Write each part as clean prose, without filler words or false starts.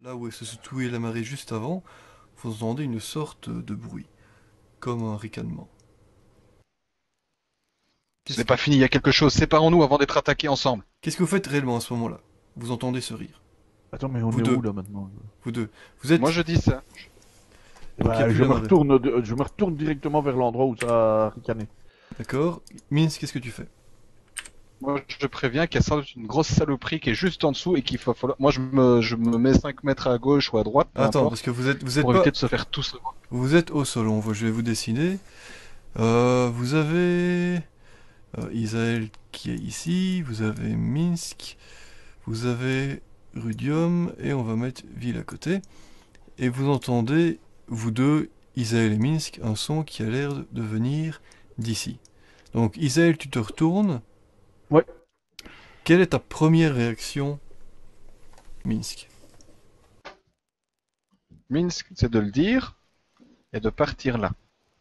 Là où se situait la marée juste avant, vous entendez une sorte de bruit, comme un ricanement. Ce Qu'est-ce n'est que, pas fini, il y a quelque chose. Séparons-nous avant d'être attaqués ensemble. qu'est-ce que vous faites réellement à ce moment-là? Vous entendez ce rire. Attends, mais on Vous est où deux, là maintenant? vous deux. Vous Moi, êtes... je dis ça. Donc il n'y a Bah, plus la marée. je me retourne directement vers l'endroit où ça a ricané. D'accord? Mince, qu'est-ce que tu fais? Moi, je préviens qu'il y a sans doute une grosse saloperie qui est juste en dessous et qu'il faut falloir... Moi, je me mets 5 mètres à gauche ou à droite, peu Attends, parce importe, que vous êtes pour pas... éviter de se faire tous... Vous êtes au sol, je vais vous dessiner. Vous avez... Isaël qui est ici, vous avez Minsk, vous avez Rudium, et on va mettre Ville à côté. Et vous entendez, vous deux, Isaël et Minsk, un son qui a l'air de venir d'ici. Donc Isaël, tu te retournes. Ouais. Quelle est ta première réaction, Minsk? Minsk, c'est de le dire et de partir là.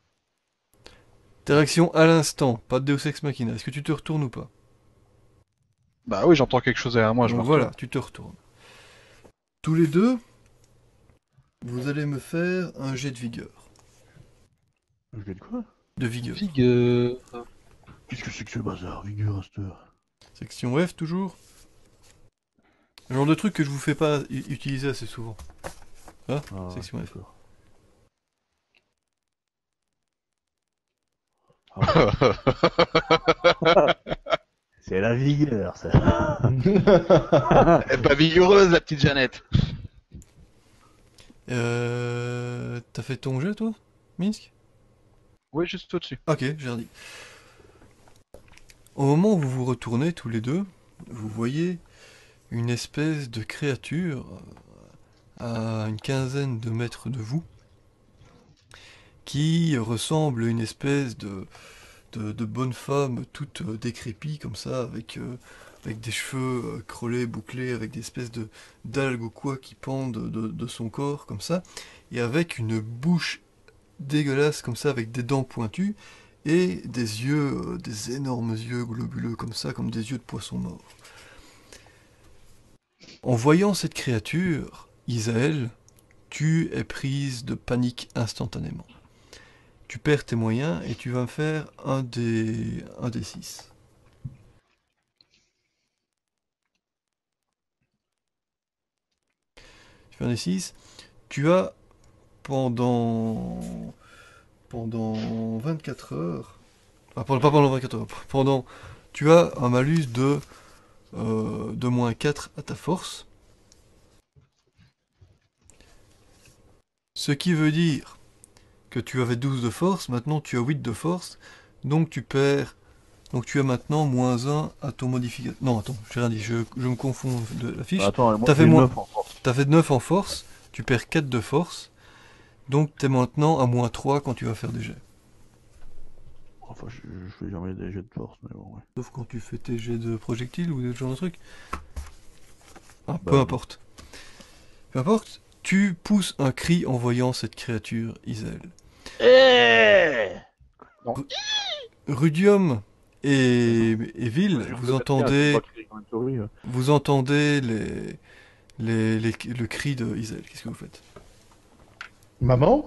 Ta réaction à l'instant, pas de Deus Ex Machina. Est-ce que tu te retournes ou pas? Bah oui, j'entends quelque chose derrière moi, je me Donc voilà, retourne. tu te retournes. Tous les deux, vous allez me faire un jet de vigueur. Je vais de quoi? De vigueur. Vigueur. Qu'est-ce que c'est que ce bazar, vigueur à cette heure? Section F toujours. Le genre de truc que je vous fais pas utiliser assez souvent. Hein? Ah, Section F. d'accord. Ah. C'est la vigueur, ça. Elle est pas vigoureuse, la petite Jeannette. T'as fait ton jet toi, Minsk? Oui, juste au-dessus. Ok, j'ai redit. Au moment où vous vous retournez tous les deux, vous voyez une espèce de créature à une quinzaine de mètres de vous qui ressemble à une espèce de bonne femme toute décrépie comme ça, avec des cheveux crôlés, bouclés, avec des espèces de d'algues ou quoi qui pendent de son corps comme ça, et avec une bouche dégueulasse comme ça, avec des dents pointues, et des yeux, des énormes yeux globuleux comme ça, comme des yeux de poisson mort. En voyant cette créature, Isaël, tu es prise de panique instantanément. Tu perds tes moyens et tu vas me faire un des 6. Tu fais un des 6. Tu as pendant pendant 24 heures. Ah, pas pendant 24 heures. Pendant tu as un malus de moins 4 à ta force. Ce qui veut dire que tu avais 12 de force, maintenant tu as 8 de force, donc tu perds. Donc tu as maintenant moins un à ton modificateur. Non, attends, j'ai rien dit, je me confonds de la Bah, fiche. attends, moi T'as fait j'ai moins. 9 en force. T'as fait 9 en force, tu perds 4 de force, donc t'es maintenant à moins 3 quand tu vas faire des jets. Enfin, je fais jamais des jets de force, mais bon, ouais. Sauf quand tu fais tes jets de projectiles ou des genre de trucs. Ah, peu Bah, non. importe. Peu importe, tu pousses un cri en voyant cette créature, Isel. Eh Non. Rudium Mais non. et Ville, Moi, je reconnais rien, je peux pas crier comme une souris. vous entendez le cri de Isel. Qu'est-ce que vous faites? Maman?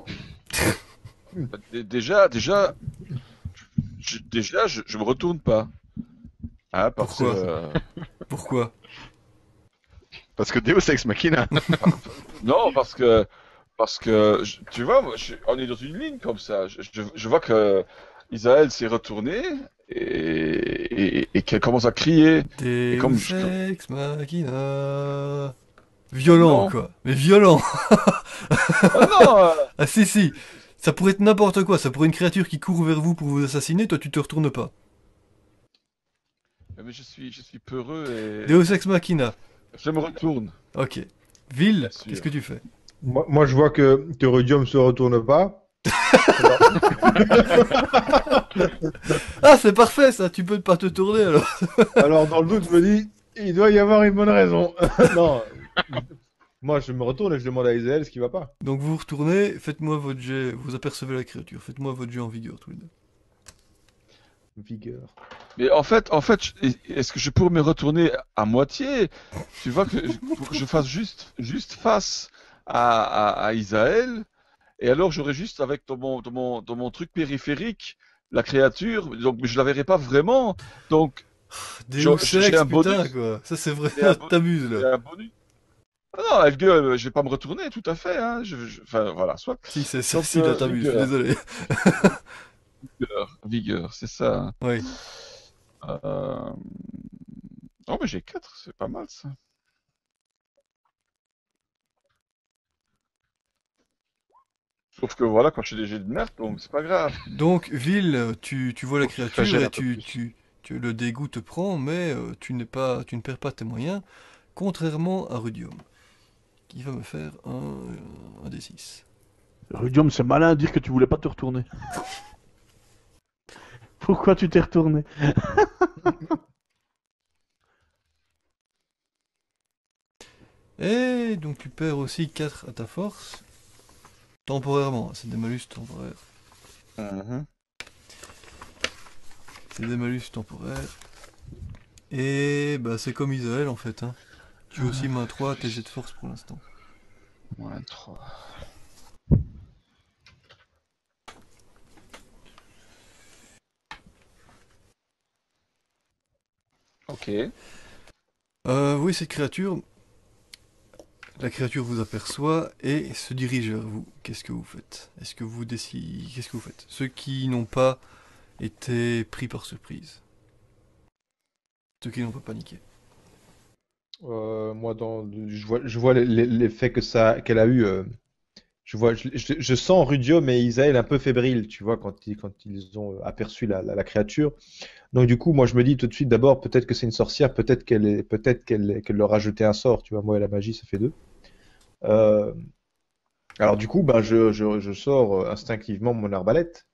Déjà, je me retourne pas. Ah, Pourquoi? Pourquoi? parce que Deus Ex Machina. Non, parce que tu vois, on est dans une ligne comme ça. Je vois que Isaël s'est retourné et qu'elle commence à crier. Et comme Deus je, Ex Machina. Violent, non, quoi. Mais violent. oh non, Ah si, si. Ça pourrait être n'importe quoi. Ça pourrait être une créature qui court vers vous pour vous assassiner. Toi, tu te retournes pas. mais je suis peureux et Deus Ex Machina. je me retourne, Ok. bien Ville, qu'est-ce que sûr. tu fais? Moi, je vois que Rudium se retourne pas. Ah, c'est parfait ça. Tu peux pas te tourner alors. Alors, dans le doute, je me dis, il doit y avoir une bonne raison. Non. Moi, je me retourne et je demande à Isaël ce qui va pas. Donc vous vous retournez. Faites-moi votre jet. Vous apercevez la créature. Faites-moi votre jet en vigueur tous les deux. Vigueur. Mais est-ce que je pourrais me retourner à moitié? Tu vois que pour que je fasse juste face à Isaël, et alors j'aurais juste avec dans mon truc périphérique la créature, donc je la verrai pas vraiment. Donc Deus j'ai Ex, un putain, bonus. quoi. Ça, c'est vrai, J'ai un, bo- t'amuses, j'ai là. un bonus. Ah non, elle gueule, je vais pas me retourner, tout à fait. Hein. Enfin voilà, soit. Si, c'est ça, Donc si, là, t'amuses, je suis désolé. vigueur, c'est ça. Oui. Euh... Oh mais j'ai 4, c'est pas mal ça. Sauf que voilà, quand je suis des jets de merde, donc c'est pas grave. Donc, Ville, tu vois la Faut que tu te fasses créature gêner et un peu plus. le dégoût te prend, mais tu ne perds pas tes moyens, contrairement à Rudium, qui va me faire un D6. Rudium, c'est malin à dire que tu voulais pas te retourner. Pourquoi tu t'es retourné? Et donc, tu perds aussi 4 à ta force, temporairement, c'est des malus temporaires. Mhm. C'est des malus temporaires. Et bah, c'est comme Isaël en fait. Hein. Tu as aussi -3 à tes jets de force pour l'instant. Moins 3. Ok. Oui, cette créature, la créature vous aperçoit et se dirige vers vous. Qu'est-ce que vous faites? Est-ce que vous décidez... Qu'est-ce que vous faites? Ceux qui n'ont pas été pris par surprise. Ceux qui n'ont pas paniqué. Moi, je vois l'effet qu'elle a eu. Je sens Rudium et Isaël un peu fébriles, tu vois, quand ils ont aperçu la créature. Donc du coup, moi, je me dis tout de suite, d'abord, peut-être que c'est une sorcière, qu'elle leur a jeté un sort, tu vois. Moi et la magie, ça fait deux. Euh, alors du coup, ben, je sors instinctivement mon arbalète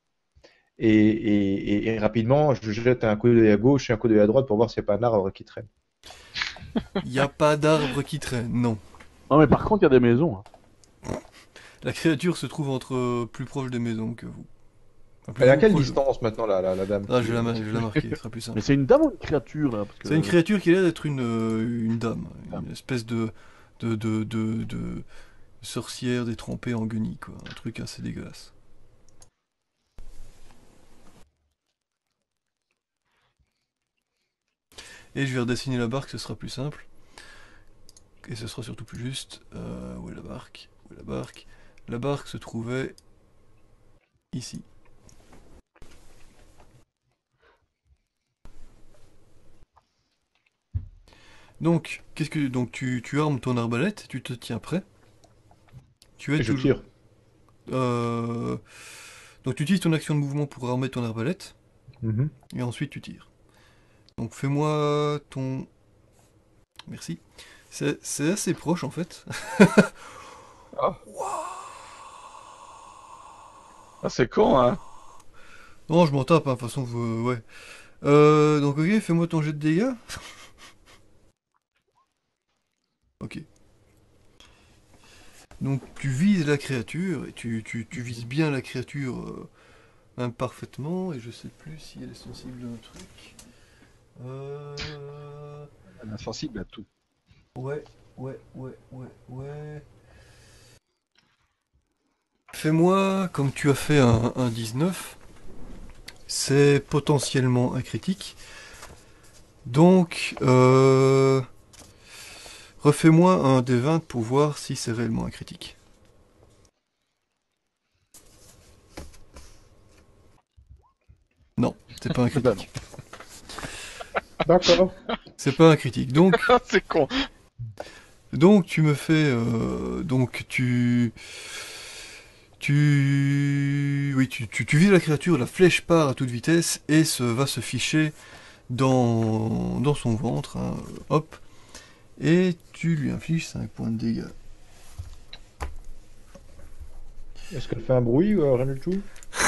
et rapidement, je jette un coup d'œil à gauche et un coup d'œil à droite pour voir s'il n'y a pas un arbre qui traîne. Il n'y a pas d'arbre qui traîne, non. Non, mais par contre, il y a des maisons. Hein. La créature se trouve plus proche des maisons que vous. Enfin, Elle est à plus quelle proche- distance maintenant, la dame Ah, je vais la marquer, ce sera plus simple. Mais c'est une dame ou une créature là parce que... C'est une créature qui a l'air d'être une dame, une espèce de sorcière détrempée en guenilles, quoi. Un truc assez dégueulasse. Et je vais redessiner la barque, ce sera plus simple. Et ce sera surtout plus juste. Où est la barque? Où est la barque? La barque se trouvait ici. Donc, donc tu armes ton arbalète, tu te tiens prêt. Tu es Et je toujours. tire. Euh, Donc tu utilises ton action de mouvement pour armer ton arbalète Mhm. et ensuite tu tires. Donc fais-moi ton. Merci. C'est assez proche en fait. Ah, ah c'est con, hein. Non, je m'en tape, hein, de toute façon, ouais. Donc ok, fais-moi ton jet de dégâts. Ok. Donc tu vises la créature et tu vises bien la créature même parfaitement et je sais plus si elle est sensible à un truc. Elle est insensible à tout. Ouais. Fais-moi comme tu as fait un 19. C'est potentiellement un critique. Donc, refais-moi un D20 pour voir si c'est réellement un critique. Non, c'est pas un Bah critique. D'accord. C'est pas un critique. Donc, c'est con. tu me fais, donc oui, tu vises la créature, la flèche part à toute vitesse et va se ficher dans son ventre. Hein, hop. Et tu lui infliges 5 points de dégâts. Est-ce qu'elle fait un bruit ou rien du tout?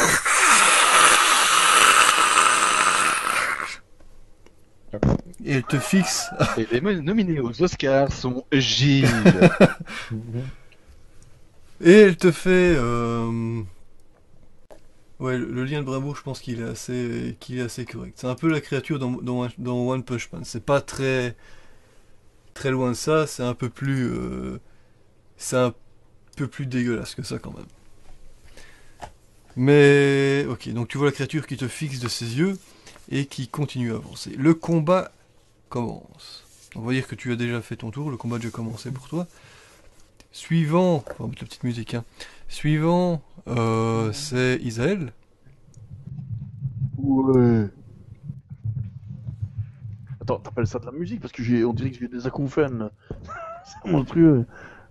D'accord. Et elle te fixe. Et les nominés aux Oscars sont Gilles. Mhm. Et elle te fait Ouais, le lien de Brimbourg, je pense qu'il est assez correct. C'est un peu la créature dans One Punch Man. C'est pas très loin de ça, c'est un peu plus dégueulasse que ça quand même. Mais ok, donc tu vois la créature qui te fixe de ses yeux et qui continue à avancer. Le combat commence. On va dire que tu as déjà fait ton tour, le combat a déjà commencé pour toi. Suivant, on va mettre la petite musique, hein. Suivant, c'est Isaël. Ouais. Attends, t'appelles ça de la musique parce que on dirait que j'ai des acouphènes. Là. C'est monstrueux.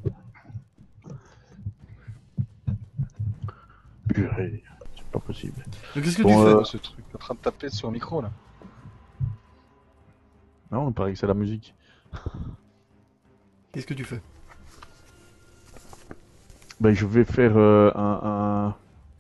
Purée, c'est pas possible. Donc qu'est-ce que tu Bon, fais? Ce truc en train de taper sur le micro là. Non, il paraît que c'est la musique. Qu'est-ce que tu fais? Ben, je vais faire un.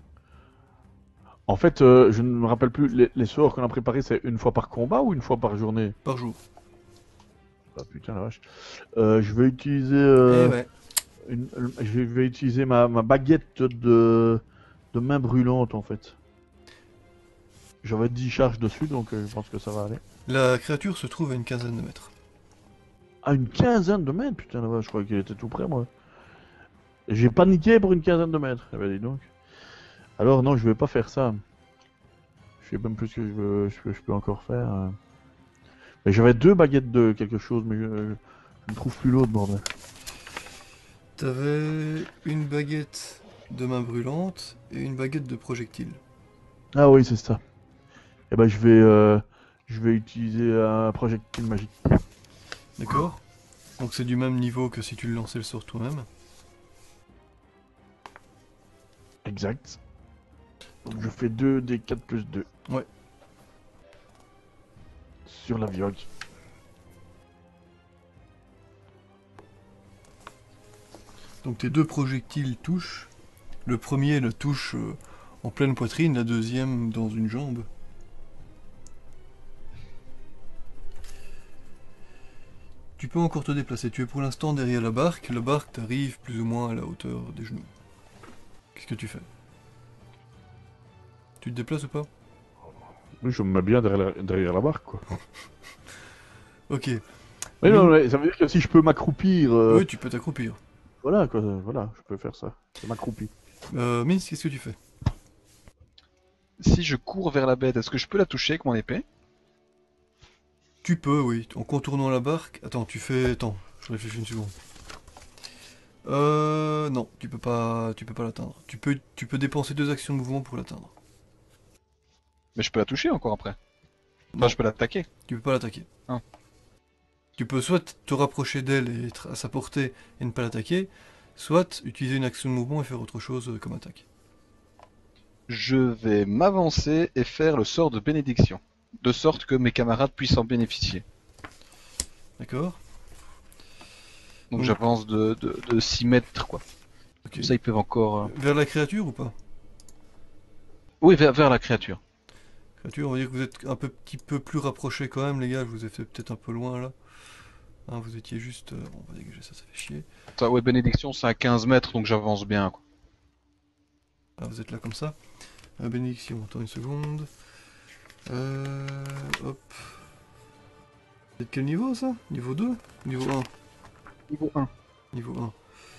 En fait, je ne me rappelle plus, les sorts qu'on a préparés, c'est une fois par combat ou une fois par journée? Par jour. Ah putain la vache. Je vais utiliser, Eh ouais. je vais utiliser ma baguette de main brûlante en fait. J'avais 10 charges dessus, donc je pense que ça va aller. La créature se trouve à une quinzaine de mètres. Ah, une quinzaine de mètres, putain la vache, je croyais qu'il était tout près moi. J'ai paniqué pour une quinzaine de mètres, eh ben dis donc. Alors non, je vais pas faire ça. Je sais même plus ce que je peux encore faire. Mais j'avais deux baguettes de quelque chose, mais je ne trouve plus l'autre, bordel. T'avais une baguette de main brûlante et une baguette de projectile. Ah oui, c'est ça. Eh ben je vais utiliser un projectile magique. D'accord? Donc c'est du même niveau que si tu le lançais le sort toi-même. Exact. Donc je fais 2 des 4 plus 2. Ouais. Sur la viogue. Donc tes deux projectiles touchent. Le premier le touche en pleine poitrine, la deuxième dans une jambe. Tu peux encore te déplacer. Tu es pour l'instant derrière la barque. La barque t'arrive plus ou moins à la hauteur des genoux. Qu'est-ce que tu fais? Tu te déplaces ou pas? Oui, je me mets bien derrière la barque, quoi. Ok. Mais non, mais ça veut dire que si je peux m'accroupir... Oui, tu peux t'accroupir. Voilà, quoi, voilà, je peux faire ça. Je m'accroupis. Mince, qu'est-ce que tu fais? Si je cours vers la bête, est-ce que je peux la toucher avec mon épée? Tu peux, oui, en contournant la barque. Attends, Attends, je réfléchis une seconde. Non, tu peux pas l'atteindre. Tu peux dépenser 2 actions de mouvement pour l'atteindre. Mais je peux la toucher encore après. Non. Enfin, je peux l'attaquer. Tu peux pas l'attaquer. Ah. Tu peux soit te rapprocher d'elle et être à sa portée et ne pas l'attaquer, soit utiliser une action de mouvement et faire autre chose comme attaque. Je vais m'avancer et faire le sort de bénédiction. De sorte que mes camarades puissent en bénéficier. D'accord? Donc Mm. j'avance de 6 mètres, quoi. Ok. Comme ça, ils peuvent encore... Vers la créature ou pas? Oui, vers la créature. Créature, on va dire que vous êtes un petit peu plus rapprochés quand même, les gars. Je vous ai fait peut-être un peu loin là. Hein, vous étiez juste. Bon, on va dégager ça, ça fait chier. Ça, ouais, bénédiction, c'est à 15 mètres, donc j'avance bien, quoi. Ah, vous êtes là comme ça. Bénédiction, attends une seconde. Hop. C'est de quel niveau ça? Niveau 2? Niveau 1? Niveau 1. Niveau 1.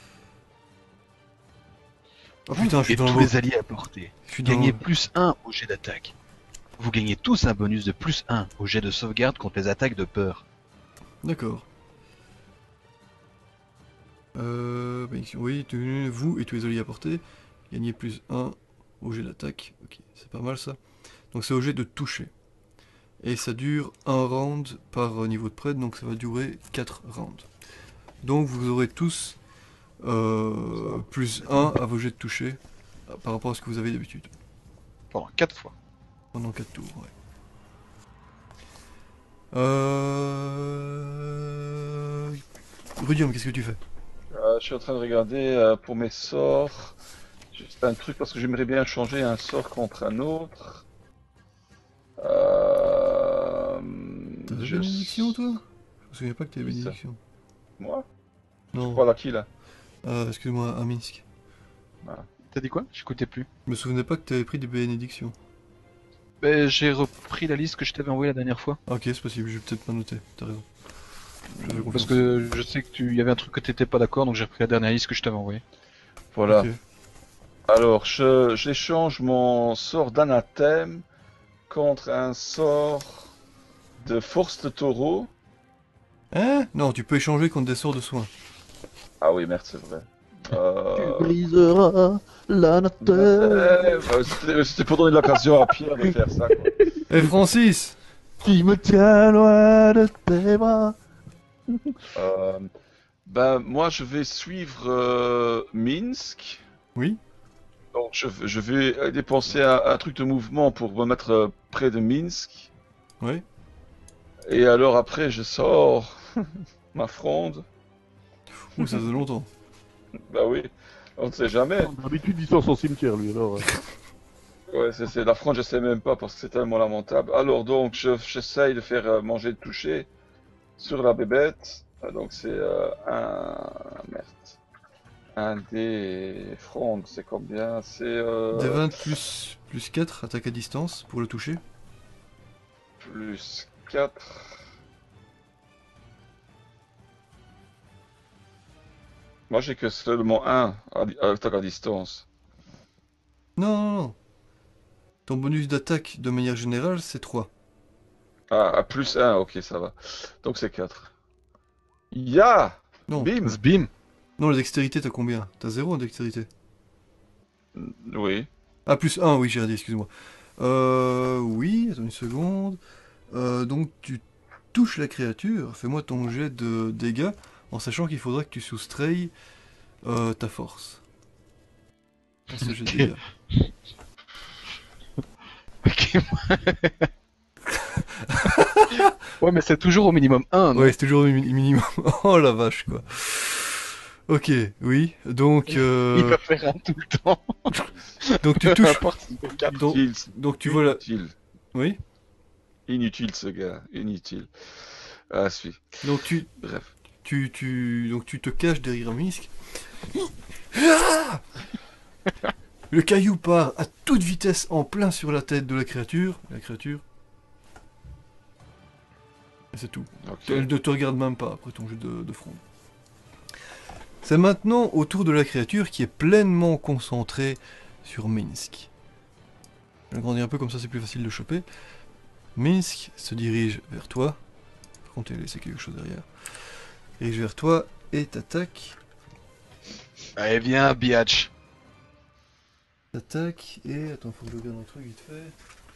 Oh putain, je suis Et dans tous le les alliés à portée. Je suis dans Gagnez le- plus 1 au jet d'attaque. Vous gagnez tous un bonus de plus 1 au jet de sauvegarde contre les attaques de peur. D'accord. Bénédiction. Oui, vous et tous les alliés à portée, gagnez plus 1 au jet d'attaque. Ok, c'est pas mal ça. Donc c'est au jet de toucher. Et ça dure un round par niveau de prêtre, donc ça va durer 4 rounds. Donc vous aurez tous plus 1 à vos jets de toucher par rapport à ce que vous avez d'habitude. Pendant 4 fois. Pendant 4 tours, ouais. Rudium, qu'est-ce que tu fais? Je suis en train de regarder pour mes sorts. Juste un truc parce que j'aimerais bien changer un sort contre un autre. T'as des je... bénédictions toi? Je me souviens pas que t'avais Oui, ça. bénédiction. Moi? Non. Voilà qui là? Excuse-moi, à Minsk. T'as dit quoi? J'écoutais plus. Je me souvenais pas que t'avais pris des bénédictions. Ben, j'ai repris la liste que je t'avais envoyée la dernière fois. Ah, ok, c'est possible, je vais peut-être pas noter, t'as raison. J'avais Parce confiance. que je sais que il y avait un truc que t'étais pas d'accord, donc j'ai repris la dernière liste que je t'avais envoyée. Voilà. Ok. Alors, j'échange mon sort d'anathème contre un sort de force de taureau. Euh. Hein? Non, tu peux échanger contre des sorts de soins. Ah oui, merde, c'est vrai. Tu briseras l'anathème. C'était pour donner l'occasion à Pierre de faire ça, quoi. Eh Francis! Qui me tient loin de tes bras. Ben, moi, je vais suivre Minsk. Oui? Donc, je vais dépenser un truc de mouvement pour me mettre près de Minsk. Oui? Et alors, après, je sors ma fronde. Ouh, ça faisait longtemps. Bah oui, on ne sait jamais. D'habitude, il sort son cimetière, lui, alors. Ouais, c'est la fronde, je sais même pas parce que c'est tellement lamentable. Alors, donc, j'essaye de faire manger le toucher sur la bébête. Donc, c'est merde. Un des frondes, c'est combien? C'est Des 20 plus 4, attaque à distance pour le toucher. plus 4. Moi, j'ai que seulement un attaque à distance. Non, non, non. Ton bonus d'attaque de manière générale, c'est 3. Ah, à plus un, ok, ça va. Donc, c'est 4. Ya! Non. Bim! Zbim! Non, la dextérité, t'as combien? T'as 0 en dextérité. Oui. Ah, plus 1, oui, j'ai dit, excuse-moi. Oui, attends une seconde. Donc, tu touches la créature. Fais-moi ton jet de dégâts, en sachant qu'il faudra que tu soustrayes ta force. À ce jet de dégâts. Ok. Ouais, mais c'est toujours au minimum 1, non? Ouais, c'est toujours minimum. Oh la vache, quoi. Ok, oui. Donc, Il va faire un tout le temps. donc tu Peu touches. importe si c'est quatre. Donc, Inutile. donc tu vois la. Inutile. Oui. Inutile, ce gars. Inutile. Ah, suis. Donc Bref. donc tu te caches derrière Misk. Ah, le caillou part à toute vitesse en plein sur la tête de la créature. La créature. Et c'est tout. Ok. Elle ne te regarde même pas après ton jeu de front. C'est maintenant au tour de la créature qui est pleinement concentrée sur Minsk. Je vais agrandir un peu comme ça c'est plus facile de choper. Minsk se dirige vers toi. Par contre il a laissé quelque chose derrière. Dirige vers toi et t'attaque. Allez, viens, biatch. T'attaque et... Attends, faut que je regarde un truc vite fait.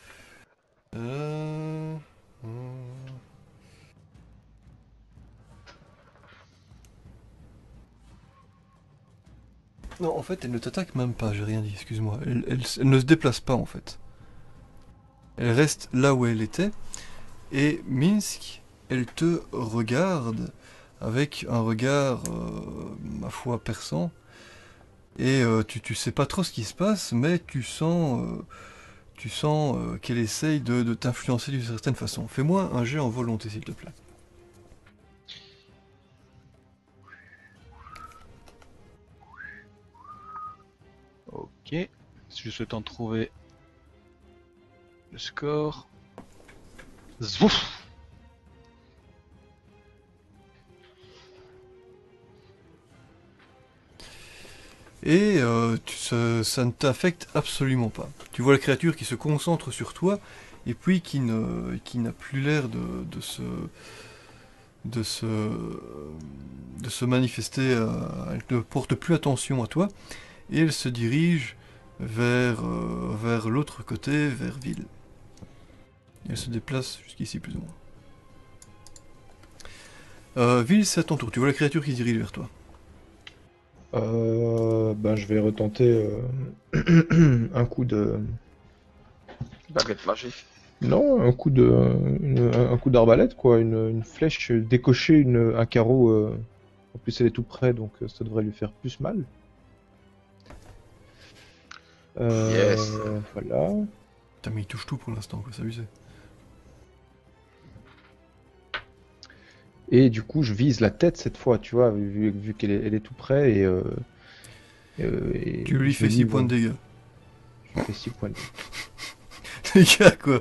Non, en fait, elle ne t'attaque même pas, j'ai rien dit, excuse-moi. Elle ne se déplace pas, en fait. Elle reste là où elle était. Et Minsk, elle te regarde avec un regard, ma foi, perçant. Et tu sais pas trop ce qui se passe, mais tu sens qu'elle essaye de t'influencer d'une certaine façon. Fais-moi un jet en volonté, s'il te plaît. Ok. Juste le temps de trouver le score. Zwouf! Et ça ne t'affecte absolument pas. Tu vois la créature qui se concentre sur toi, et puis qui n'a plus l'air de se manifester, elle ne porte plus attention à toi, et elle se dirige vers l'autre côté, vers Ville. Elle se déplace jusqu'ici plus ou moins. Ville, c'est à ton tour, tu vois la créature qui se dirige vers toi. Ben, je vais retenter un coup de... Baguette magique. Non, un coup d'arbalète, quoi. Une flèche décocher un carreau. En plus, elle est tout près, donc ça devrait lui faire plus mal. Yes. Voilà. Putain, mais il touche tout pour l'instant, quoi, c'est abusé. Et du coup, je vise la tête cette fois, tu vois, vu qu'elle est tout près. Et Tu lui je me fais dis, 6 points de bon, dégâts. je fais 6 points de Les gars, quoi.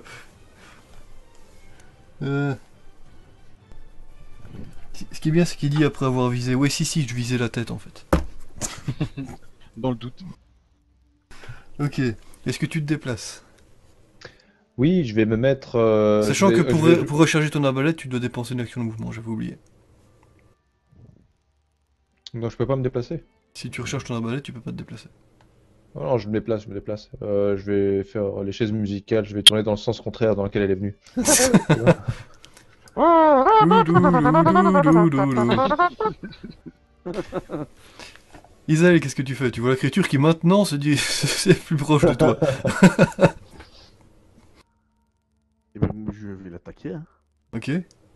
Ce qui est bien, c'est qu'il dit après avoir visé. Ouais, si, je visais la tête en fait. Dans le doute. Ok. Est-ce que tu te déplaces? Oui, je vais me mettre. Sachant que je vais- pour recharger ton arbalète, tu dois dépenser une action de mouvement, j'avais oublié. Non, je peux pas me déplacer. Si tu recharges ton arbalète, tu peux pas te déplacer. Oh non, je me déplace, je me déplace. Je vais faire les chaises musicales, je vais tourner dans le sens contraire dans lequel elle est venue. Isaël, qu'est-ce que tu fais? Tu vois la créature qui maintenant se dit c'est plus proche de toi. Et ben, moi, je vais l'attaquer. Hein. Ok.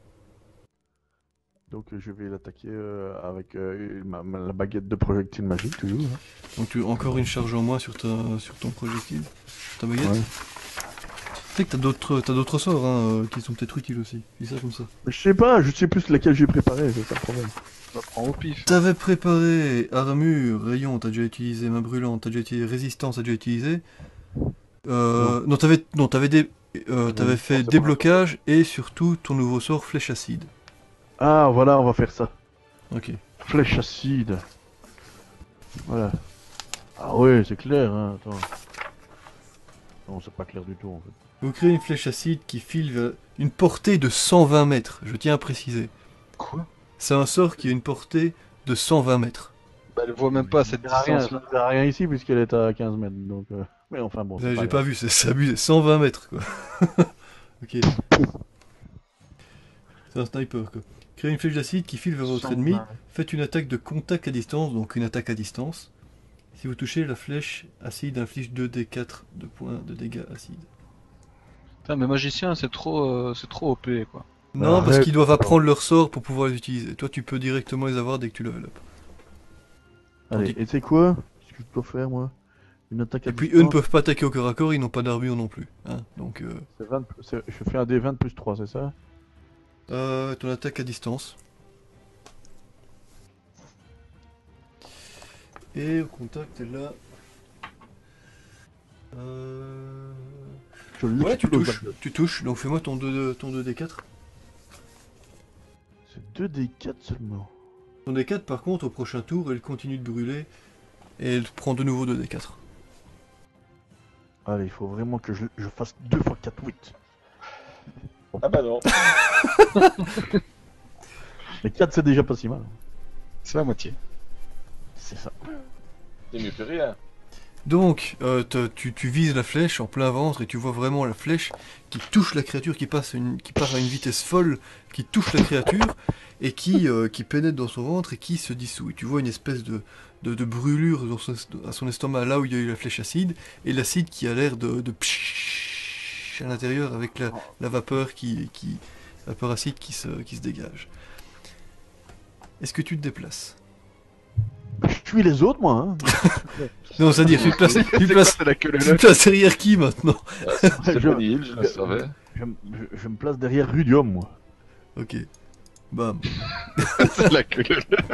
Donc je vais l'attaquer avec la baguette de projectile magique, toujours. Hein. Donc tu encore une charge en moins sur ton projectile. Ta baguette. Ouais. Tu sais que t'as d'autres sorts hein, qui sont peut-être utiles aussi. Dis ça comme ça. Mais je sais plus laquelle j'ai préparé, c'est ça le problème. Ça prend au pif. T'avais préparé armure, rayon, t'as déjà utilisé main brûlante, t'as déjà utilisé résistance, t'as déjà utilisé. Non, t'avais fait déblocage et surtout ton nouveau sort flèche acide. Ah voilà, on va faire ça. Ok. Flèche acide. Voilà. Ah ouais, c'est clair, hein, attends. Non, c'est pas clair du tout en fait. Vous créez une flèche acide qui file vers une portée de 120 mètres, je tiens à préciser. Quoi? C'est un sort qui a une portée de 120 mètres. Bah, elle voit même pas cette Ça sert distance-là. à rien ici puisqu'elle est à 15 mètres, donc... Mais enfin bon, c'est J'ai pas pas grave. vu, c'est abusé, 120 mètres quoi. Ok. C'est un sniper quoi. Créez une flèche d'acide qui file vers votre ennemi. Faites une attaque de contact à distance, donc une attaque à distance. Si vous touchez, la flèche acide inflige 2d4 de points de dégâts acides. Putain, mais magicien, c'est trop OP, quoi. Non, parce arrête. qu'ils doivent apprendre leurs sorts pour pouvoir les utiliser. Toi, tu peux directement les avoir dès que tu level up. Allez, et tu sais quoi? Ce que je dois faire, moi? Une attaque à Et puis eux distance. ne peuvent pas attaquer au corps à corps, ils n'ont pas d'armure non plus. Hein. Donc, Je fais un D20 plus 3, c'est ça? ton attaque à distance. Et au contact, est là. Je Ouais, tu l'explose, touches. la gueule. Tu touches, donc fais-moi ton 2d4. C'est 2D4 seulement. Ton D4, par contre, au prochain tour, elle continue de brûler. Et elle prend de nouveau 2d4. Allez, il faut vraiment que je fasse 2 x 4, 8. Ah bah non. Mais 4, c'est déjà pas si mal. C'est la moitié. C'est ça. C'est mieux que rien. Donc, tu vises la flèche en plein ventre et tu vois vraiment la flèche qui touche la créature, qui part à une vitesse folle, qui touche la créature et qui pénètre dans son ventre et qui se dissout. Et tu vois une espèce de brûlure à son estomac là où il y a eu la flèche acide et l'acide qui a l'air de pshhh à l'intérieur avec la vapeur vapeur acide qui se dégage. Est-ce que tu te déplaces? Je suis les autres, moi. Hein. Non, c'est-à-dire, tu te places, C'est la queue tu te places derrière qui maintenant? C'est pas Hill, je le savais. Je me place derrière Rudium, moi. Ok. Bam. C'est la queue.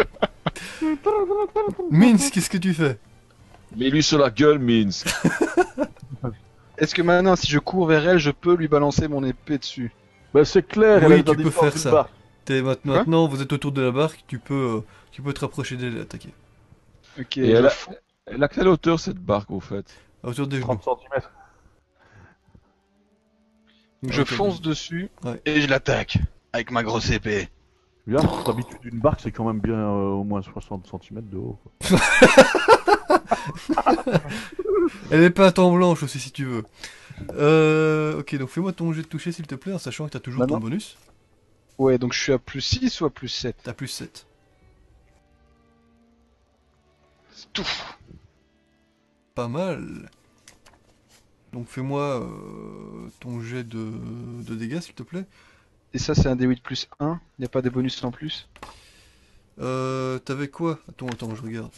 Mince, qu'est-ce que tu fais? Mais lui sur la gueule, Minsk. Est-ce que maintenant, si je cours vers elle, je peux lui balancer mon épée dessus? Bah, c'est clair, Oui, elle est tu à peux distance faire d'une ça. barre. Maintenant, vous êtes autour de la barque, tu peux te rapprocher d'elle et l'attaquer. Ok, Et elle a quelle hauteur cette barque au fait? À hauteur des genoux. 30 cm. donc je Ok. fonce dessus Ouais. et je l'attaque avec ma grosse épée. Bien, l'habitude d'une barque, c'est quand même bien au moins 60 cm de haut. Quoi. Elle est peinte en blanche aussi si tu veux. Ok, donc fais-moi ton jet de toucher s'il te plaît, en sachant que t'as toujours Bah ton non. bonus. Ouais, donc je suis à plus 6 ou à plus 7? T'as plus 7. C'est tout. Pas mal. Donc fais-moi ton jet de dégâts s'il te plaît. Et ça, c'est un D8 plus 1? Il n'y a pas des bonus en plus? T'avais quoi? Attends, je regarde.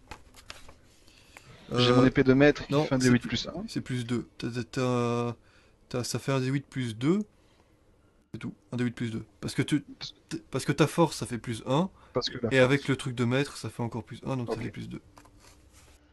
J'ai mon épée de maître qui non, fait un c'est D8 plus- plus 1. C'est plus 2. Ça fait un D8 plus 2. C'est tout, un D8 plus 2. Parce que ta force ça fait plus 1. Parce que là, Et avec le truc de maître ça fait encore plus 1, donc ça Ok. fait plus 2.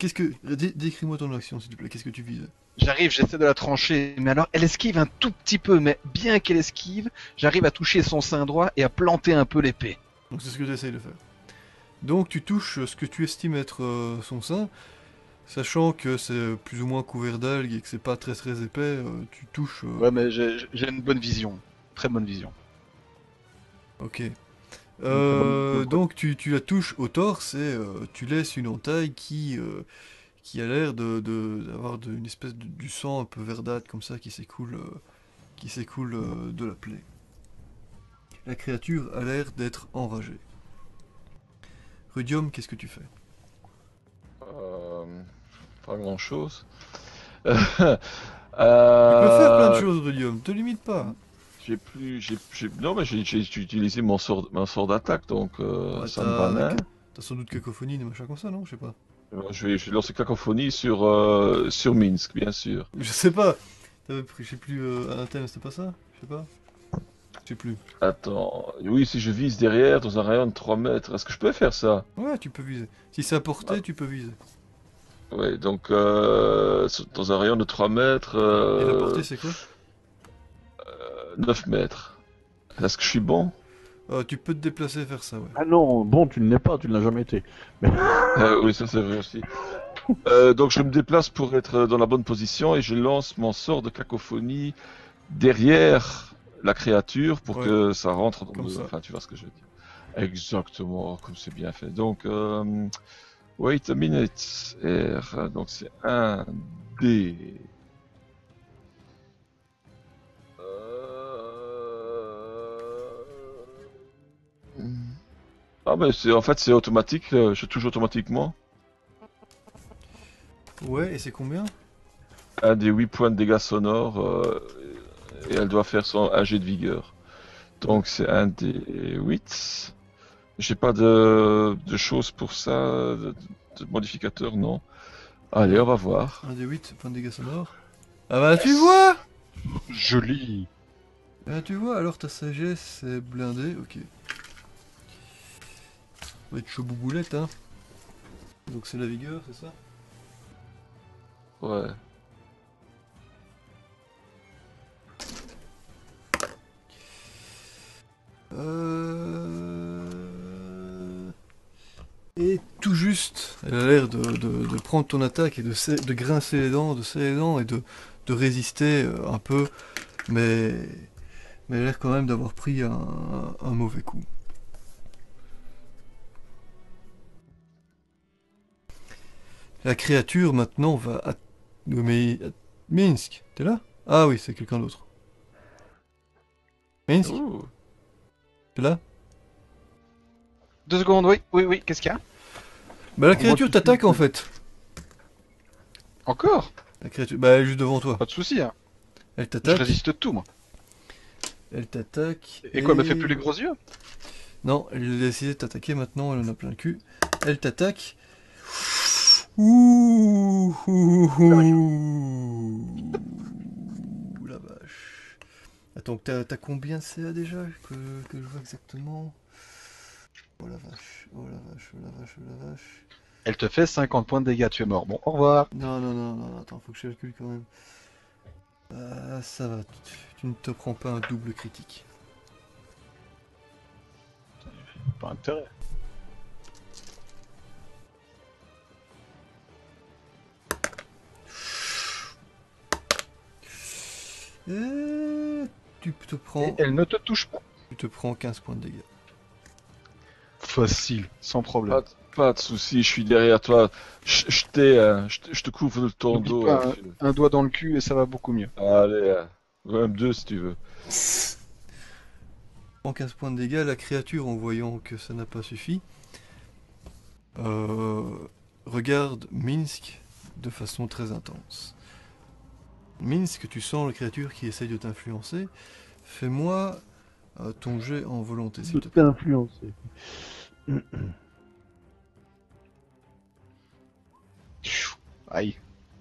Décris-moi ton action, s'il te plaît. Qu'est-ce que tu vises? J'arrive, j'essaie de la trancher, mais alors elle esquive un tout petit peu, mais bien qu'elle esquive, j'arrive à toucher son sein droit et à planter un peu l'épée. Donc c'est ce que tu essayes de faire. Donc tu touches ce que tu estimes être son sein, sachant que c'est plus ou moins couvert d'algues et que c'est pas très très épais, tu touches... Ouais, mais j'ai une bonne vision, très bonne vision. Ok. bonne- Donc tu la touches au torse et tu laisses une entaille qui a l'air d'avoir une espèce du sang un peu verdâtre comme ça qui s'écoule de la plaie. La créature a l'air d'être enragée. Rudium, qu'est-ce que tu fais? Pas grand-chose. Tu peux faire plein de choses, Rudium, te limite pas. Non, mais j'ai utilisé mon sort d'attaque, donc Ouais, ça me va bien. T'as sans doute cacophonie, des machins comme ça, non? Je sais pas. Je vais lancer cacophonie sur Minsk, bien sûr. Je sais pas. T'avais pris, je sais plus, un thème, c'était pas ça? Je sais pas. Je sais plus. Attends, oui, si je vise derrière dans un rayon de 3 mètres, est-ce que je peux faire ça? Ouais, tu peux viser. Si c'est à portée, tu peux viser. Ouais, donc dans un rayon de 3 mètres, Et la portée, c'est quoi? 9 mètres. Est-ce que je suis bon? Tu peux te déplacer et faire ça, ouais. Ah non, bon, tu ne l'es pas, tu ne l'as jamais été. Oui, ça c'est vrai aussi. Donc je me déplace pour être dans la bonne position et je lance mon sort de cacophonie derrière la créature pour Ouais. que ça rentre dans Comme ça. Enfin, tu vois ce que je veux dire. Exactement, comme c'est bien fait. Donc, wait a minute. R, donc c'est un D. Ah, mais en fait, c'est automatique. Je touche automatiquement. Ouais, et c'est combien? Un des 8 points de dégâts sonores. Et elle doit faire un jet de vigueur. Donc, c'est un des 8. J'ai pas de choses pour ça, de modificateur, non. Allez, on va voir. Un des 8 points de dégâts sonores. Ah bah tu vois! Joli. Ah tu vois, alors ta sagesse c'est blindé, ok. Ça va être chaud bouboulette, hein. Donc c'est la vigueur, c'est ça? Ouais. Et tout juste, elle a l'air de prendre ton attaque et de grincer les dents, de serrer les dents et de résister un peu, mais elle a l'air quand même d'avoir pris un mauvais coup. La créature maintenant va... Mais... Minsk, t'es là? Ah oui, c'est quelqu'un d'autre. Minsk, Ouh. t'es là? 2 secondes, oui, qu'est-ce qu'il y a? Bah la créature t'attaque en fait. Encore? La créature... Bah elle est juste devant toi. Pas de soucis, hein. Elle Je t'attaque. résiste tout, moi. Elle t'attaque. Et quoi, elle me fait plus les gros yeux? Non, elle a décidé de t'attaquer maintenant, elle en a plein le cul. Elle t'attaque. Ouh, ouh, ouh. La vache. Attends, t'as combien de CA déjà que je vois exactement? Oh la vache, oh la vache, oh la vache, oh la vache. Elle te fait 50 points de dégâts, tu es mort. Bon, au revoir. Non, attends, faut que je calcule quand même. Ah, ça va, tu ne te prends pas un double critique. Pas intérêt. Et tu te prends, Et elle ne te touche pas. tu te prends 15 points de dégâts. Facile, sans problème. Pas de soucis, je suis derrière toi. Je te couvre de ton N'oublie dos. pas, un doigt dans le cul et ça va beaucoup mieux. Allez, même 2 si tu veux. En 15 points de dégâts, la créature, en voyant que ça n'a pas suffi, regarde Minsk de façon très intense. Minsk, tu sens la créature qui essaye de t'influencer. Fais-moi ton jet en volonté, s'il te Je plaît. t'ai influencé. Aïe.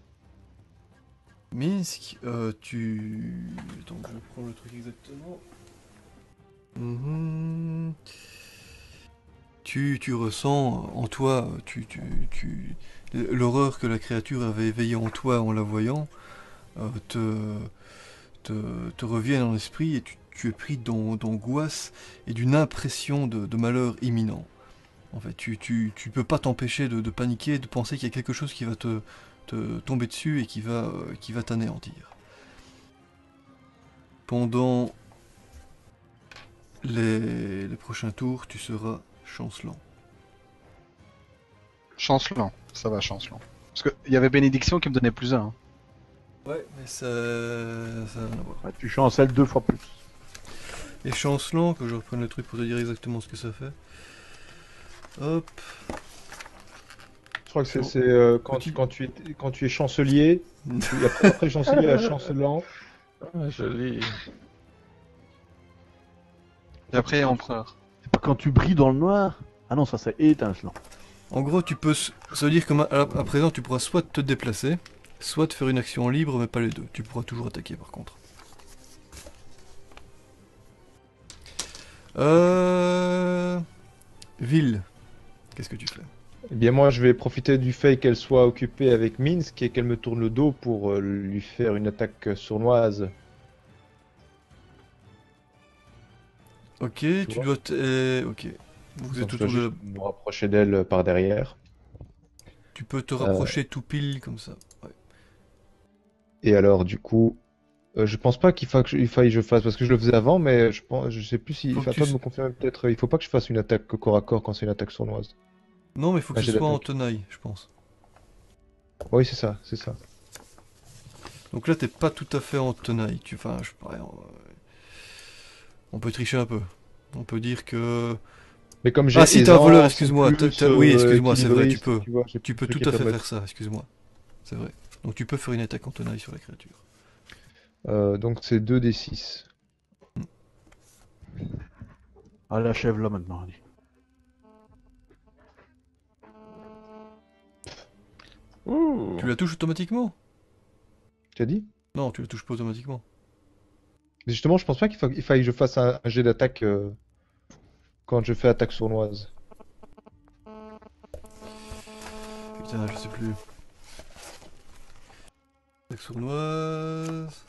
Minsk, tu... Attends, je prends le truc exactement. Mhm. tu ressens en toi, l'horreur que la créature avait éveillée en toi en la voyant, euh, te, te revient en esprit et tu es pris d'angoisse et d'une impression de malheur imminent. En fait, tu peux pas t'empêcher de paniquer, de penser qu'il y a quelque chose qui va te tomber dessus et qui va t'anéantir. Pendant les prochains tours, tu seras chancelant. Chancelant, ça va, chancelant. Parce qu'il y avait bénédiction qui me donnait plus 1. Hein. Ouais, mais ça n'a rien à voir. Ouais, tu chancelles 2 fois plus. Et chancelant, que je reprenne le truc pour te dire exactement ce que ça fait. Hop. Je crois que c'est Petit- quand tu es chancelier, et après chancelier, il y a chancelant. Ah, joli. Et après, empereur. C'est pas quand tu brilles dans le noir. Ah non, ça c'est étincelant. En gros, ça veut dire que à présent, tu pourras soit te déplacer, soit te faire une action libre, mais pas les deux. Tu pourras toujours attaquer par contre. Ville. Qu'est-ce que tu fais? Eh bien, moi, je vais profiter du fait qu'elle soit occupée avec Minsk et qu'elle me tourne le dos pour lui faire une attaque sournoise. Ok, tu vois dois ok. Vous Donc, êtes je dois autour de juste me rapprocher d'elle par derrière. Tu peux te rapprocher tout pile comme ça. Ouais. Et alors, du coup, je pense pas il faille que je fasse, parce que je le faisais avant, mais je sais plus si. Faut que Enfin, tu toi de s- me confirmer peut-être, il faut pas que je fasse une attaque au corps à corps quand c'est une attaque sournoise. Non, mais il faut que Ah, ce j'ai soit en l'attaque. tenaille, je pense. Oui, c'est ça, c'est ça. Donc là, t'es pas tout à fait en tenaille. Enfin, on peut tricher un peu. On peut dire que. Mais comme j'ai Ah si, t'es un voleur, aisance, excuse-moi. plus, Oui, excuse-moi, c'est vrai, équilibriste, tu vois, j'ai tu peux plus de tout trucs à à fait mettre. faire ça, excuse-moi. C'est vrai. Donc tu peux faire une attaque en tenaille sur la créature. Donc c'est 2d6. Ah, l'achève là maintenant. Allez. Tu la touches automatiquement? Tu as dit? Non, tu la touches pas automatiquement. Mais justement, je pense pas il faille que je fasse un jet d'attaque quand je fais attaque sournoise. Putain, je sais plus. Attaque sournoise.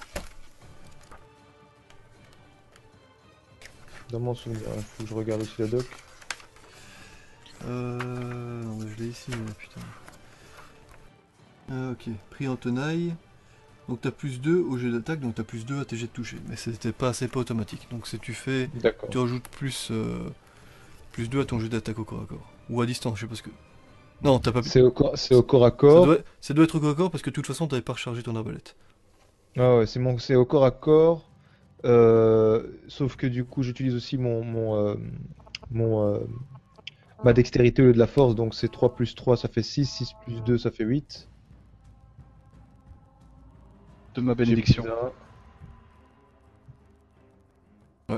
Dans mon souvenir, il faut que je regarde aussi la doc. Non, mais je l'ai ici, mais putain. Ah, ok, pris en tenaille. Donc t'as plus 2 au jet d'attaque, donc t'as plus 2 à tes jets de toucher. Mais c'est pas automatique. Donc si tu fais. D'accord. Tu rajoutes plus 2 à ton jet d'attaque au corps à corps. Ou à distance, je sais pas ce que. Non, t'as pas pu. C'est au corps à corps. Ça doit être au corps à corps parce que de toute façon t'avais pas rechargé ton arbalète. Ah ouais, c'est au corps à corps. Sauf que du coup, j'utilise aussi ma dextérité au lieu de la force, donc c'est 3 plus 3, ça fait 6, 6 plus 2, ça fait 8. De ma J'ai bénédiction. plus un. Ouais.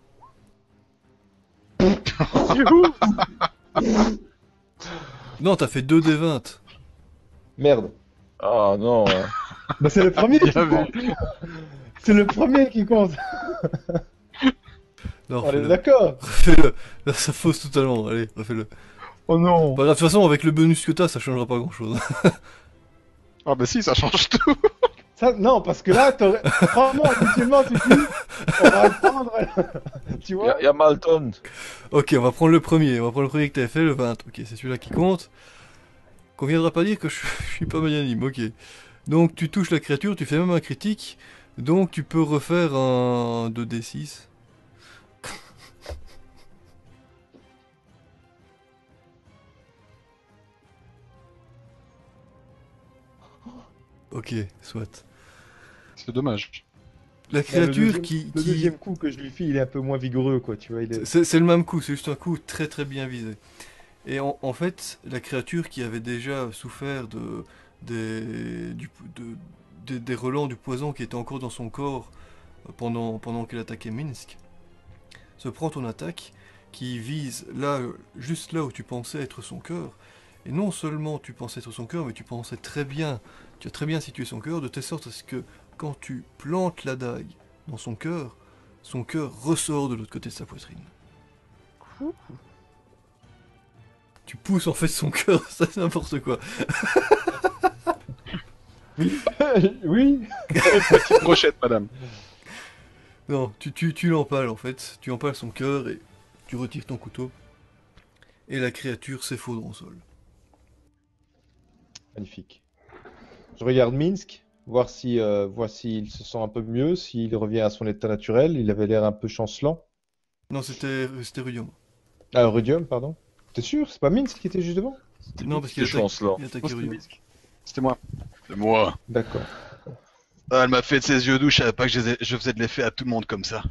Non, t'as fait 2 des 20. Merde. Ah non. Bah c'est le premier qui Bien vu. compte. C'est le premier qui compte. Non, On est refais-le. d'accord. Refais-le. Là, ça fausse totalement. Allez, refais-le. Oh non. Pas grave, de toute façon, avec le bonus que t'as, ça changera pas grand chose. Ah bah si, ça change tout. Ça, non, parce que là, franchement, habituellement, tu dis, on va le prendre. Tu vois? Il y a Malton. Ok, on va prendre le premier. On va prendre le premier que t'avais fait, le 20. Ok, c'est celui-là qui compte. Qu'on viendra pas dire que je suis pas magnanime. Ok. Donc, tu touches la créature, tu fais même un critique. Donc, tu peux refaire un 2d6. Ok, soit. C'est dommage. La Le créature deuxième, le deuxième coup que je lui fais, il est un peu moins vigoureux, quoi. Tu vois, il est... C'est le même coup, c'est juste un coup très très bien visé. Et en fait, la créature qui avait déjà souffert des relents du poison qui était encore dans son corps pendant qu'elle attaquait Minsk, se prend ton attaque qui vise là, juste là où tu pensais être son cœur. Et non seulement tu pensais être son cœur, mais tu pensais très bien, tu as très bien situé son cœur, de telle sorte à ce que quand tu plantes la dague dans son cœur ressort de l'autre côté de sa poitrine. tu pousses en fait son cœur, ça c'est n'importe quoi. Oui. Petite brochette, madame. Non, tu l'empales en fait, tu empales son cœur et tu retires ton couteau. Et la créature s'effondre au sol. Magnifique. Je regarde Minsk, voir s'il se sent un peu mieux, s'il revient à son état naturel. Il avait l'air un peu chancelant. Non, c'était Rudium. Ah, Rudium, pardon. T'es sûr? C'est pas Minsk qui était juste devant? Non, parce qu'il C'était chancelant. il Oh, attaquait c'était Rudium. Misk. C'était moi. C'est moi. D'accord. Ah, elle m'a fait de ses yeux doux, je savais pas que je faisais de l'effet à tout le monde comme ça.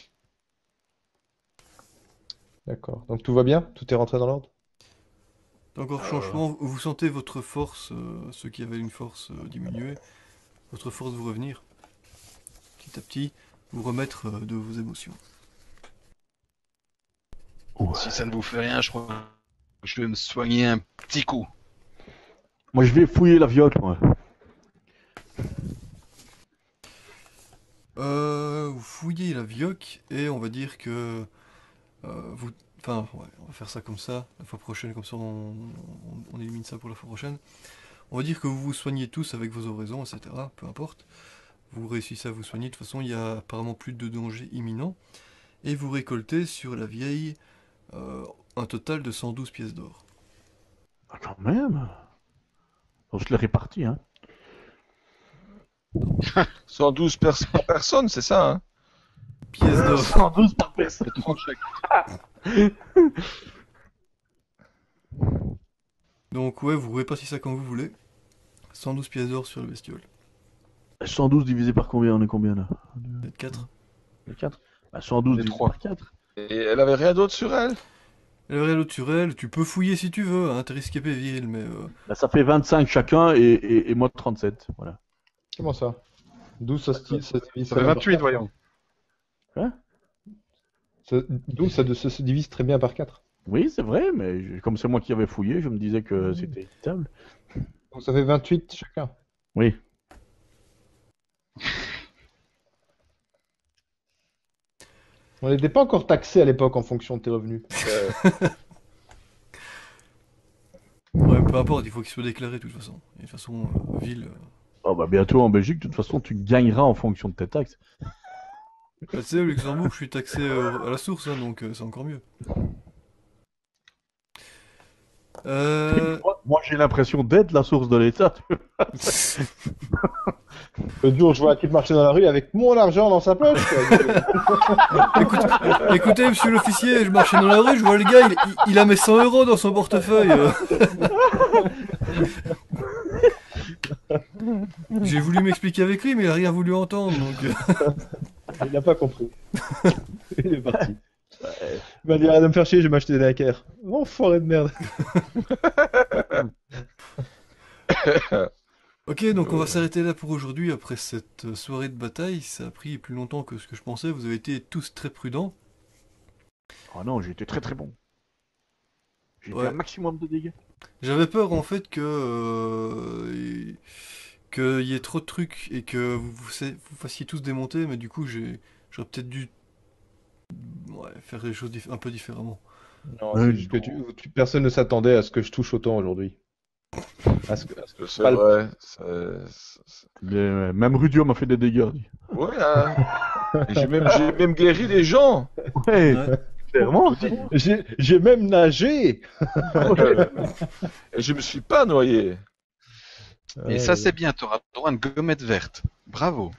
D'accord. Donc tout va bien? Tout est rentré dans l'ordre? Encore changement, vous sentez votre force, ceux qui avaient une force diminuer, votre force vous revenir. Petit à petit, vous remettre de vos émotions. Si ça ne vous fait rien, je crois que je vais me soigner un petit coup. Moi, je vais fouiller la vioque, moi. Vous fouillez la vioque et on va dire que vous... Enfin, ouais, on va faire ça comme ça, la fois prochaine, comme ça on élimine ça pour la fois prochaine. On va dire que vous vous soignez tous avec vos oraisons, etc. Peu importe. Vous réussissez à vous soigner, de toute façon il y a apparemment plus de danger imminent. Et vous récoltez sur la vieille un total de 112 pièces d'or. Ah, quand même. On se les répartit, hein. 112 par personne, c'est ça, hein? Pièces d'or. 112 par personne. C'est 30 chèques. Donc ouais, vous répartissez ça comme vous voulez. 112 pièces d'or sur le bestiole. 112 divisé par combien? On est combien, là? Peut-être 4. 4. Bah, 112 Les divisé trois. par 4. Et elle avait rien d'autre sur elle? Elle avait l'autre sur elle, tu peux fouiller si tu veux, hein, t'es risqué viril, mais... Bah, ça fait 25 chacun et moi 37. Voilà. Comment ça? 12, ça se divise Ça très fait bien par 28, quatre. voyons. 12, se divise très bien par 4. Oui, c'est vrai, mais comme c'est moi qui avais fouillé, je me disais que c'était équitable. Donc ça fait 28 chacun. Oui. On n'était pas encore taxé à l'époque en fonction de tes revenus. Ouais, peu importe, il faut qu'il soit déclaré de toute façon. Et de toute façon, ville... Oh, bah, bientôt en Belgique, de toute façon, tu gagneras en fonction de tes taxes. Bah, tu sais, au Luxembourg, je suis taxé à la source, hein, donc c'est encore mieux. Moi, j'ai l'impression d'être la source de l'État. Le jour où je vois un type marcher dans la rue avec mon argent dans sa poche. Écoutez, monsieur l'officier, je marchais dans la rue, je vois le gars, il a mes 100 euros dans son portefeuille. J'ai voulu m'expliquer avec lui, mais il a rien voulu entendre, donc... Il n'a pas compris. Il est parti. Il m'a dit arrête de me faire chier, je vais m'acheter des Lakers. Enfoiré de merde. Ok, donc on va s'arrêter là pour aujourd'hui, après cette soirée de bataille. Ça a pris plus longtemps que ce que je pensais, vous avez été tous très prudents. Oh non, j'ai été très très bon. J'ai fait Ouais. un maximum de dégâts. J'avais peur en fait qu'il y ait trop de trucs et que vous fassiez tous démonter, mais du coup j'aurais peut-être dû faire les choses un peu différemment. Non, Ouais, c'est juste que personne ne s'attendait à ce que je touche autant aujourd'hui. C'est Pas le- vrai. Même Rudio m'a fait des dégâts. Lui. Ouais, hein. Et j'ai même guéri des gens. Ouais, Ouais. clairement. J'ai même nagé. Et je me suis pas noyé. Et ça, c'est bien, t'auras droit à une gommette verte. Bravo.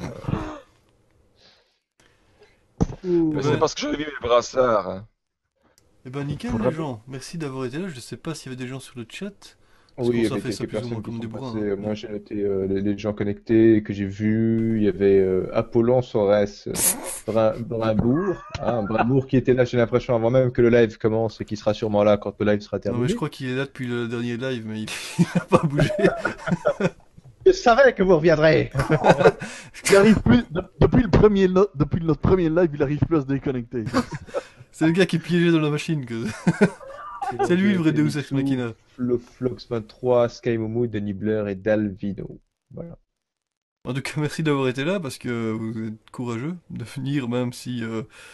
Mais c'est parce que j'avais mis mes brassards, hein. Eh ben nickel Faudra- les gens, merci d'avoir été là. Je sais pas s'il y avait des gens sur le chat. Oui, il y qu'on avait fait ça quelques plus ou moins personnes comme qui des sont bourrins, passées. hein. Moi, j'ai noté les gens connectés que j'ai vus. Il y avait Apollon Sorès, Brimbourg. Hein, Brimbourg qui était là, j'ai l'impression, avant même que le live commence et qui sera sûrement là quand le live sera Non mais terminé. je crois qu'il est là depuis le dernier live, mais il a pas bougé. Je savais que vous reviendrez. Il arrive plus, depuis notre premier live, il arrive plus à se déconnecter. C'est le gars qui est piégé dans la machine. C'est lui le vrai Deus Ex Machina. Flox 23, Sky Momo, Denis Blur et Dalvino. Voilà. En tout cas, merci d'avoir été là parce que vous êtes courageux de venir, même si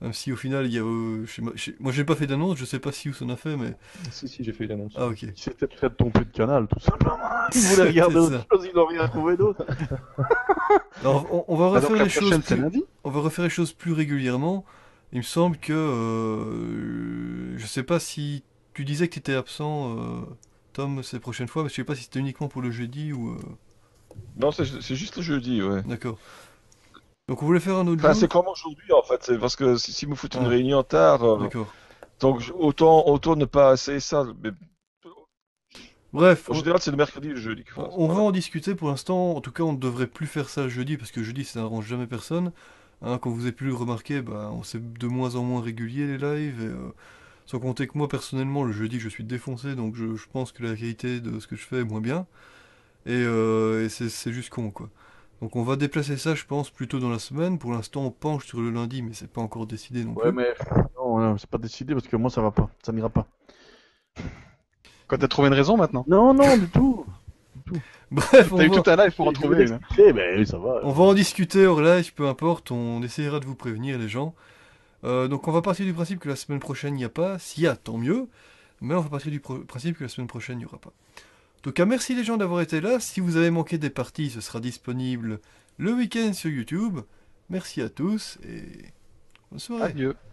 Même si au final, il y a, moi j'ai pas fait d'annonce, je sais pas si Ous en a fait, mais... Si, j'ai fait une annonce. Ah ok. Il s'était peut-être trompé de canal, tout simplement. Il voulait regarder C'est autre ça. chose, il n'a rien trouvé d'autre. Alors, on va Bah, donc refaire la les choses prochaine, c'est plus... lundi. On va refaire les choses plus régulièrement. Il me semble que... je sais pas si... Tu disais que tu étais absent, Tom, ces prochaines fois, mais je sais pas si c'était uniquement pour le jeudi ou... Non, c'est juste le jeudi, ouais. D'accord. Donc on voulait faire un autre Enfin, jour. c'est comme aujourd'hui, en fait. C'est parce que si vous faites une Ah. réunion tard, D'accord. donc autant ne pas essayer ça. Mais Bref, en général, c'est le mercredi et le jeudi qu'il faut. on va Voilà. en discuter pour l'instant. En tout cas, on ne devrait plus faire ça le jeudi parce que jeudi, ça n'arrange jamais personne. Hein, comme vous avez pu le remarquer, bah, on c'est de moins en moins régulier les lives. Et, sans compter que moi, personnellement, le jeudi, je suis défoncé, donc je pense que la qualité de ce que je fais est moins bien. Et c'est juste con, quoi. Donc on va déplacer ça, je pense, plutôt dans la semaine. Pour l'instant, on penche sur le lundi, mais c'est pas encore décidé non Ouais, plus. mais non, non, c'est pas décidé parce que moi ça va pas, ça n'ira pas. Quand t'as trouvé une raison maintenant. Non, non, du tout. Bref, T'as eu tout un live pour en trouver une. Eh ben oui, ça va. on va en discuter hors live, peu importe. On essaiera de vous prévenir, les gens. Donc on va partir du principe que la semaine prochaine, il n'y a pas. S'il y a, tant mieux. Mais on va partir du principe que la semaine prochaine, il n'y aura pas. En tout cas, merci les gens d'avoir été là. Si vous avez manqué des parties, ce sera disponible le week-end sur YouTube. Merci à tous et bonne soirée. Adieu.